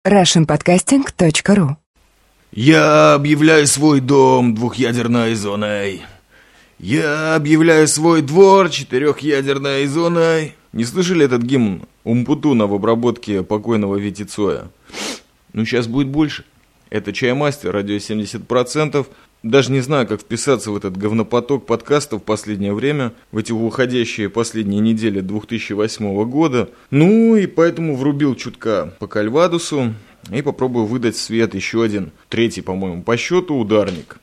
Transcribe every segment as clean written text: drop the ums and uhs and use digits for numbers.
russianpodcasting.ru. Я объявляю свой дом двухъядерной зоной. Я объявляю свой двор четырехъядерной зоной. Не слышали этот гимн Умпутуна в обработке покойного Вити Цоя? Ну, сейчас будет больше. Это Чаймастер, радио 70%. Даже не знаю, как вписаться в этот говнопоток подкастов в последнее время, в эти уходящие последние недели 2008 года. Ну, и поэтому врубил чутка по Кальвадусу и попробую выдать в свет еще один, третий, по-моему, по счету ударник.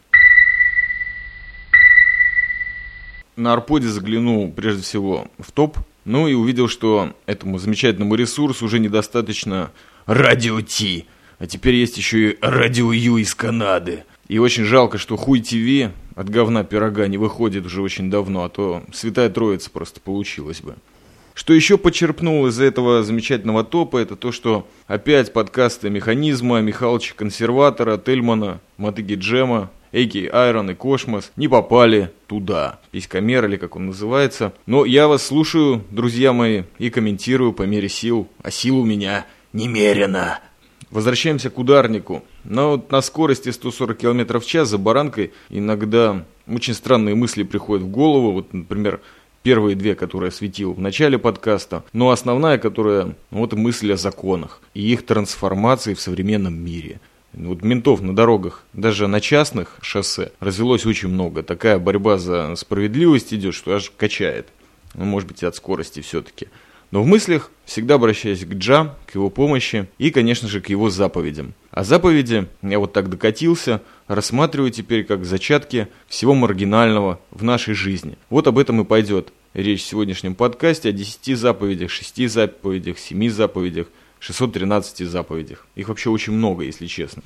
На Арподе заглянул прежде всего в топ, ну и увидел, что этому замечательному ресурсу уже недостаточно Радио Ти, а теперь есть еще и Радио Ю из Канады. И очень жалко, что Хуй ТВ от говна пирога не выходит уже очень давно, а то Святая Троица просто получилась бы. Что еще почерпнул из этого замечательного топа, это то, что опять подкасты Механизма, Михалыча Консерватора, Тельмана, Мотыги Джема, Эйки Айрон и Кошмос не попали туда. Писькомер, или как он называется. Но я вас слушаю, друзья мои, и комментирую по мере сил, а сил у меня немерено. Возвращаемся к ударнику. Но вот на скорости 140 км в час за баранкой иногда очень странные мысли приходят в голову. Вот, например, первые две, которые я осветил в начале подкаста. Но основная, которая, вот мысль о законах и их трансформации в современном мире. Вот ментов на дорогах, даже на частных шоссе, развелось очень много. Такая борьба за справедливость идет, что аж качает. Ну, может быть, и от скорости все-таки. Но в мыслях всегда обращаюсь к Джа, к его помощи и, конечно же, к его заповедям. А заповеди, я вот так докатился, рассматриваю теперь как зачатки всего маргинального в нашей жизни. Вот об этом и пойдет речь в сегодняшнем подкасте, о 10 заповедях, 6 заповедях, 7 заповедях, 613 заповедях. Их вообще очень много, если честно.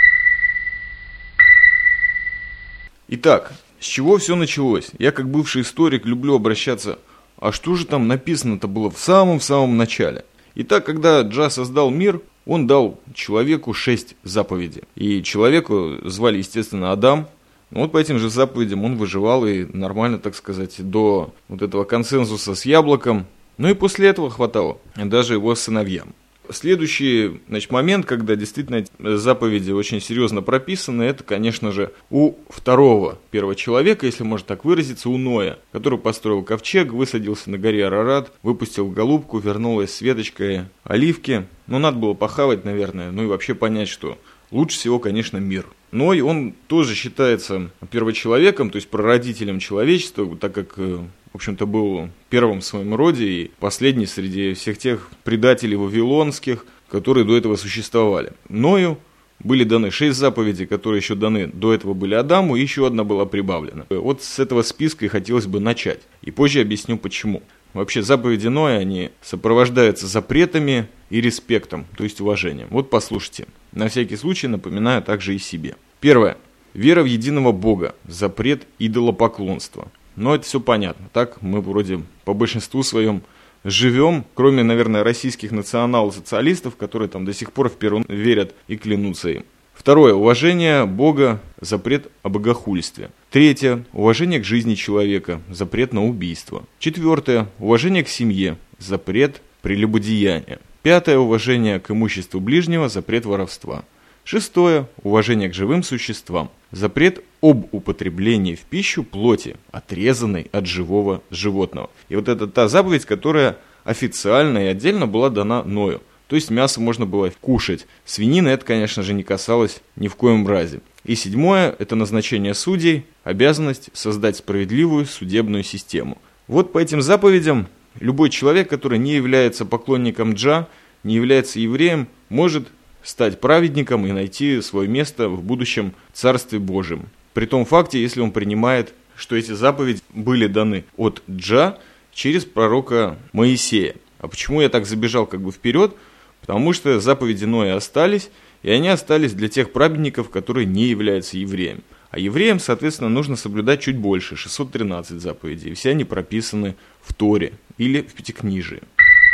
Итак, с чего все началось? Я, как бывший историк, люблю обращаться. А что же там написано-то было в самом-самом начале? Итак, когда Джа создал мир, он дал человеку 6 заповедей. И человеку звали, естественно, Адам. Вот по этим же заповедям он выживал и нормально, так сказать, до вот этого консенсуса с яблоком. Ну и после этого хватало даже его сыновьям. Следующий, момент, когда действительно заповеди очень серьезно прописаны, это, конечно же, у первого человека, если можно так выразиться, у Ноя, который построил ковчег, высадился на горе Арарат, выпустил голубку, вернулась с веточкой оливки. Ну, надо было похавать, наверное, ну и вообще понять, что лучше всего, конечно, мир. Ной, он тоже считается первочеловеком, то есть прародителем человечества, так как, в общем-то, был первым в своем роде и последний среди всех тех предателей вавилонских, которые до этого существовали. Ною были даны 6 заповедей, которые еще даны до этого были Адаму, и еще одна была прибавлена. Вот с этого списка и хотелось бы начать, и позже объясню почему. Вообще заповеди Ноя, они сопровождаются запретами и респектом, то есть уважением. Вот послушайте. На всякий случай напоминаю также и себе. Первое. Вера в единого Бога. Запрет идолопоклонства. Но это все понятно. Так мы вроде по большинству своем живем, кроме, наверное, российских национал-социалистов, которые там до сих пор в Перун верят и клянутся им. Второе. Уважение Бога. Запрет о богохульстве. Третье. Уважение к жизни человека. Запрет на убийство. Четвертое. Уважение к семье. Запрет прелюбодеяния. Пятое. Уважение к имуществу ближнего. Запрет воровства. Шестое. Уважение к живым существам. Запрет об употреблении в пищу плоти, отрезанной от живого животного. И вот это та заповедь, которая официально и отдельно была дана Ною. То есть мясо можно было кушать. Свинина это, конечно же, не касалось ни в коем разе. И седьмое – это назначение судей, обязанность создать справедливую судебную систему. Вот по этим заповедям любой человек, который не является поклонником Джа, не является евреем, может стать праведником и найти свое место в будущем Царстве Божьем. При том факте, если он принимает, что эти заповеди были даны от Джа через пророка Моисея. А почему я так забежал вперед? Потому что заповеди Ноя остались, и они остались для тех праведников, которые не являются евреем. А евреям, соответственно, нужно соблюдать чуть больше, 613 заповедей. И все они прописаны в Торе или в Пятикнижии.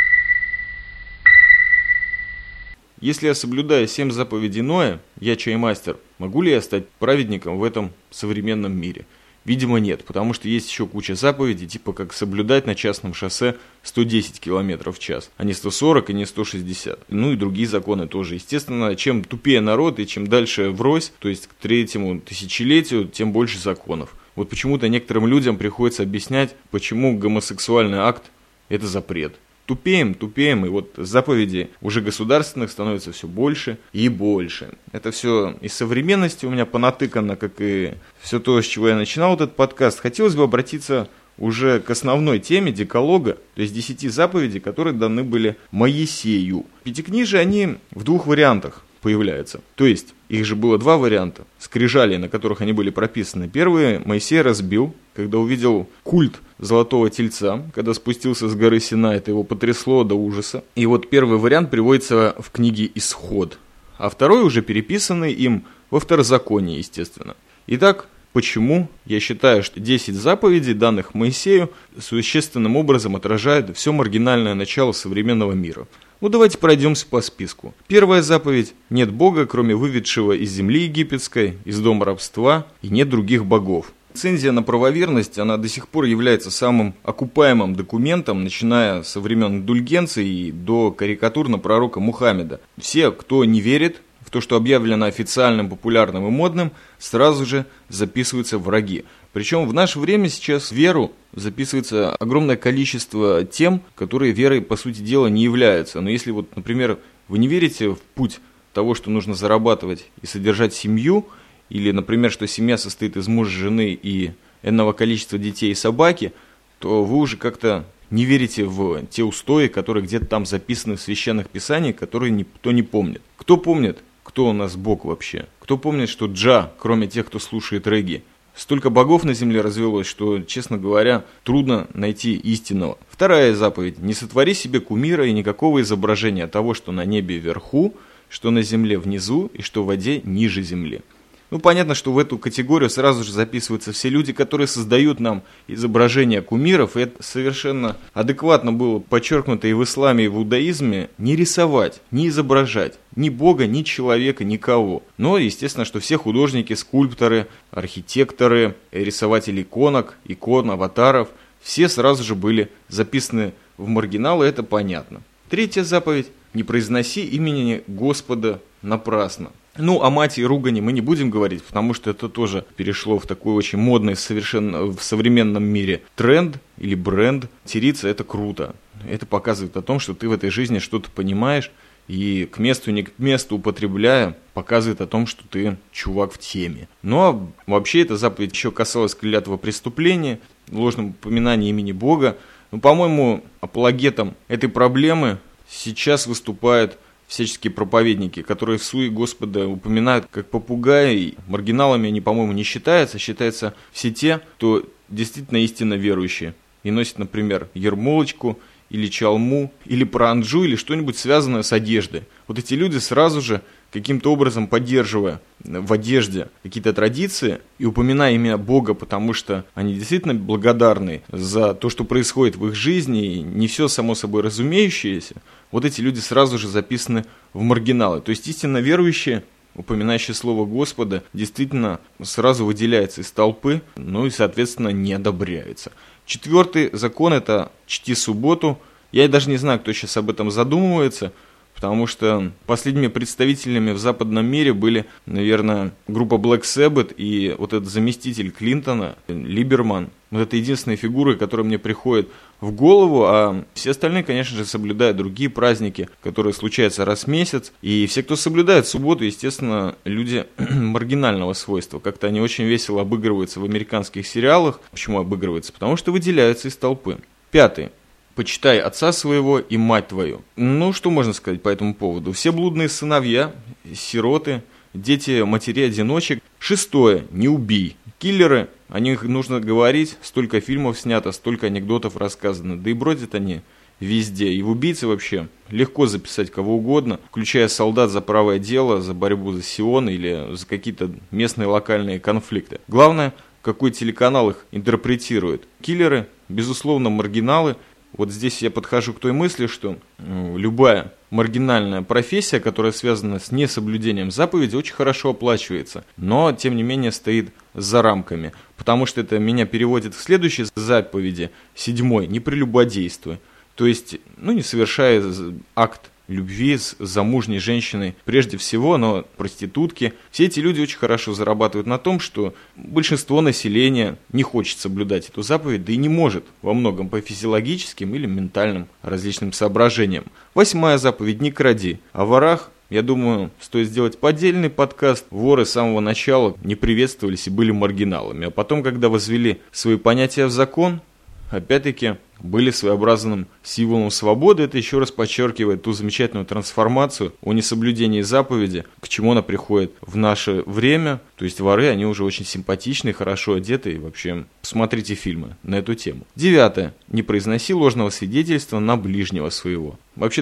Если я соблюдаю 7 заповедей Ноя, я чаймастер, могу ли я стать праведником в этом современном мире? Видимо, нет, потому что есть еще куча заповедей, типа как соблюдать на частном шоссе 110 км в час, а не 140 и не 160. Ну и другие законы тоже. Естественно, чем тупее народ и чем дальше врозь, то есть к третьему тысячелетию, тем больше законов. Вот почему-то некоторым людям приходится объяснять, почему гомосексуальный акт – это запрет. Тупеем, и вот заповедей уже государственных становится все больше и больше. Это все из современности у меня понатыкано, как и все то, с чего я начинал этот подкаст. Хотелось бы обратиться уже к основной теме Декалога, то есть 10 заповедей, которые даны были Моисею. Пятикнижие, они в двух вариантах появляются. То есть, их же было два варианта. Скрижали, на которых они были прописаны. Первый Моисей разбил, когда увидел культ золотого тельца, когда спустился с горы Синай, это его потрясло до ужаса. И вот первый вариант приводится в книге «Исход», а второй уже переписанный им во Второзаконии, естественно. Итак, почему я считаю, что 10 заповедей, данных Моисею, существенным образом отражают все маргинальное начало современного мира? Ну, давайте пройдемся по списку. Первая заповедь – нет Бога, кроме выведшего из земли египетской, из дома рабства, и нет других богов. Рецензия на правоверность, она до сих пор является самым окупаемым документом, начиная со времен индульгенции и до карикатур на пророка Мухаммеда. Все, кто не верит в то, что объявлено официальным, популярным и модным, сразу же записываются враги. Причем в наше время сейчас в веру записывается огромное количество тем, которые верой, по сути дела, не являются. Но если вот, например, вы не верите в путь того, что нужно зарабатывать и содержать семью, или, например, что семья состоит из мужа, жены и энного количества детей и собаки, то вы уже как-то не верите в те устои, которые где-то там записаны в священных писаниях, которые никто не помнит. Кто помнит, кто у нас Бог вообще? Кто помнит, что Джа, кроме тех, кто слушает регги? Столько богов на земле развелось, что, честно говоря, трудно найти истинного. Вторая заповедь. Не сотвори себе кумира и никакого изображения того, что на небе вверху, что на земле внизу и что в воде ниже земли. Ну, понятно, что в эту категорию сразу же записываются все люди, которые создают нам изображения кумиров, и это совершенно адекватно было подчеркнуто и в исламе, и в иудаизме, не рисовать, не изображать ни Бога, ни человека, никого. Но, естественно, что все художники, скульпторы, архитекторы, рисователи иконок, икон, аватаров, все сразу же были записаны в маргинал, и это понятно. Третья заповедь. Не произноси имени Господа напрасно. Ну, о мате и ругани мы не будем говорить, потому что это тоже перешло в такой очень модный совершенно в современном мире тренд или бренд. Материться – это круто. Это показывает о том, что ты в этой жизни что-то понимаешь, и к месту, не к месту употребляя, показывает о том, что ты чувак в теме. Ну, а вообще эта заповедь еще касалась клятвы преступления, ложного упоминания имени Бога. Ну, по-моему, апологетом этой проблемы сейчас выступают всяческие проповедники, которые в суе Господа упоминают как попугаи. Маргиналами они, по-моему, не считаются. Считаются все те, кто действительно истинно верующие. И носит, например, ермолочку, или чалму, или паранджу, или что-нибудь связанное с одеждой. Вот эти люди сразу же, каким-то образом поддерживая в одежде какие-то традиции и упоминая имя Бога, потому что они действительно благодарны за то, что происходит в их жизни, и не все само собой разумеющееся, вот эти люди сразу же записаны в маргиналы. То есть истинно верующие, упоминающие слово Господа, действительно сразу выделяется из толпы, ну и, соответственно, не одобряется. Четвертый закон – это «чти субботу». Я даже не знаю, кто сейчас об этом задумывается, потому что последними представителями в западном мире были, наверное, группа Black Sabbath и вот этот заместитель Клинтона, Либерман. Вот это единственные фигуры, которые мне приходят в голову, а все остальные, конечно же, соблюдают другие праздники, которые случаются раз в месяц. И все, кто соблюдает субботу, естественно, люди маргинального свойства. Как-то они очень весело обыгрываются в американских сериалах. Почему обыгрываются? Потому что выделяются из толпы. Пятый. Почитай отца своего и мать твою. Ну, что можно сказать по этому поводу? Все блудные сыновья, сироты, дети матерей-одиночек. Шестое. Не убий. Киллеры, о них нужно говорить, столько фильмов снято, столько анекдотов рассказано. Да и бродят они везде. И в убийце вообще легко записать кого угодно, включая солдат за правое дело, за борьбу за Сион или за какие-то местные локальные конфликты. Главное, какой телеканал их интерпретирует. Киллеры, безусловно, маргиналы. Вот здесь я подхожу к той мысли, что любая маргинальная профессия, которая связана с несоблюдением заповеди, очень хорошо оплачивается, но, тем не менее, стоит за рамками. Потому что это меня переводит к следующей заповеди, 7-й, не прелюбодействуй. То есть, не совершая акт любви с замужней женщиной прежде всего, но проститутки. Все эти люди очень хорошо зарабатывают на том, что большинство населения не хочет соблюдать эту заповедь, да и не может во многом по физиологическим или ментальным различным соображениям. 8-я заповедь «Не кради». О ворах, я думаю, стоит сделать поддельный подкаст. Воры с самого начала не приветствовались и были маргиналами. А потом, когда возвели свои понятия в закон, опять-таки были своеобразным символом свободы. Это еще раз подчеркивает ту замечательную трансформацию о несоблюдении заповеди, к чему она приходит в наше время. То есть воры, они уже очень симпатичные, хорошо одеты. И вообще, посмотрите фильмы на эту тему. 9. Не произноси ложного свидетельства на ближнего своего. Вообще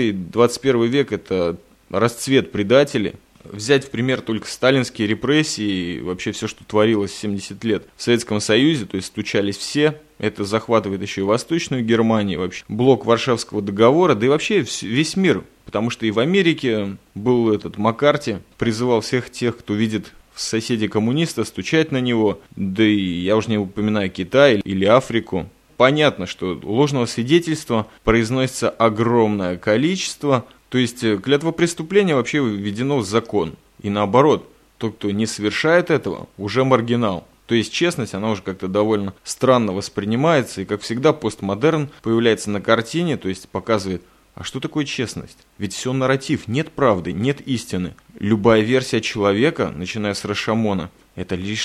20-21 век – это расцвет предателей. Взять в пример только сталинские репрессии и вообще все, что творилось 70 лет в Советском Союзе, то есть стучались все, это захватывает еще и Восточную Германию, вообще блок Варшавского договора, да и вообще весь мир, потому что и в Америке был этот Маккарти, призывал всех тех, кто видит в соседе коммуниста, стучать на него, да и я уже не упоминаю Китай или Африку. Понятно, что ложного свидетельства произносится огромное количество. То есть клятва преступления вообще введено в закон. И наоборот, тот, кто не совершает этого, уже маргинал. То есть честность, она уже как-то довольно странно воспринимается. И как всегда постмодерн появляется на картине, то есть показывает, а что такое честность? Ведь все нарратив, нет правды, нет истины. Любая версия человека, начиная с Рашомона, это лишь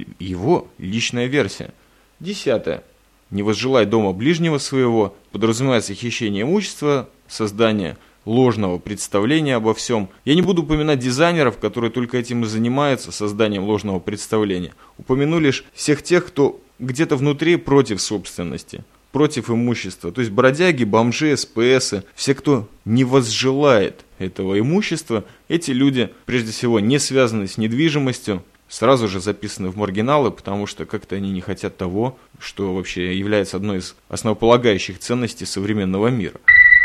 его личная версия. 10. Не возжелай дома ближнего своего, подразумевается хищение имущества, создание ложного представления обо всем. Я не буду упоминать дизайнеров, которые только этим и занимаются, созданием ложного представления. Упомяну лишь всех тех, кто где-то внутри против собственности, против имущества. То есть бродяги, бомжи, СПСы, все, кто не возжелает этого имущества, эти люди, прежде всего, не связаны с недвижимостью, сразу же записаны в маргиналы, потому что как-то они не хотят того, что вообще является одной из основополагающих ценностей современного мира.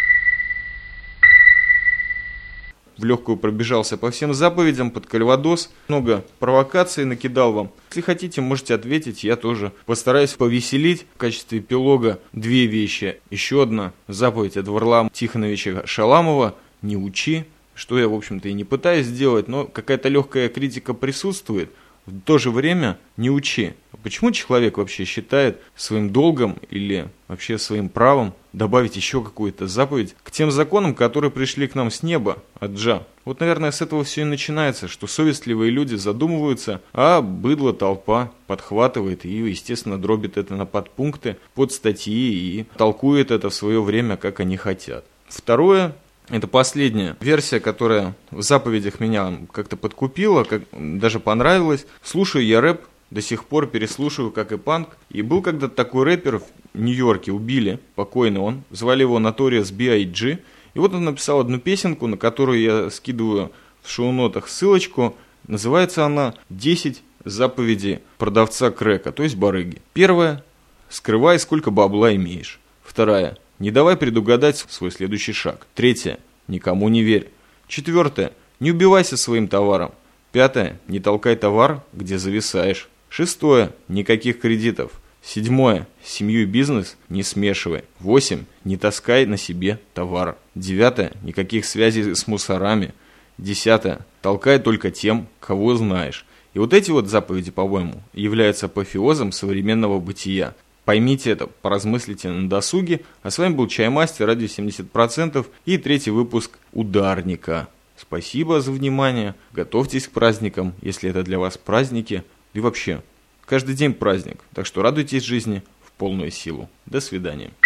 В легкую пробежался по всем заповедям под кальвадос, много провокаций накидал вам. Если хотите, можете ответить, я тоже постараюсь повеселить. В качестве эпилога 2 вещи. Еще одна заповедь от Варлама Тихоновича Шаламова «Не учи», что я, в общем-то, и не пытаюсь сделать, но какая-то легкая критика присутствует. В то же время не учи. Почему человек вообще считает своим долгом или вообще своим правом добавить еще какую-то заповедь к тем законам, которые пришли к нам с неба, от Джа? Вот, наверное, с этого все и начинается, что совестливые люди задумываются, а быдло толпа подхватывает и, естественно, дробит это на подпункты, под статьи и толкует это в свое время, как они хотят. Второе. Это последняя версия, которая в заповедях меня как-то подкупила, даже понравилась. Слушаю я рэп, до сих пор переслушиваю, как и панк. И был когда-то такой рэпер в Нью-Йорке, убили, покойный он, звали его Notorious B.I.G. И вот он написал одну песенку, на которую я скидываю в шоу-нотах ссылочку. Называется она «10 заповедей продавца крэка», то есть барыги. Первая – скрывай, сколько бабла имеешь. Вторая – не давай предугадать свой следующий шаг. 3. Никому не верь. 4. Не убивайся своим товаром. 5. Не толкай товар, где зависаешь. 6. Никаких кредитов. 7. Семью и бизнес не смешивай. 8. Не таскай на себе товар. 9. Никаких связей с мусорами. 10. Толкай только тем, кого знаешь. И вот эти вот заповеди, по-моему, являются апофеозом современного бытия. Поймите это, поразмыслите на досуге. А с вами был Чаймастер, радио 70% и 3-й выпуск «Ударника». Спасибо за внимание. Готовьтесь к праздникам, если это для вас праздники. И вообще, каждый день праздник. Так что радуйтесь жизни в полную силу. До свидания.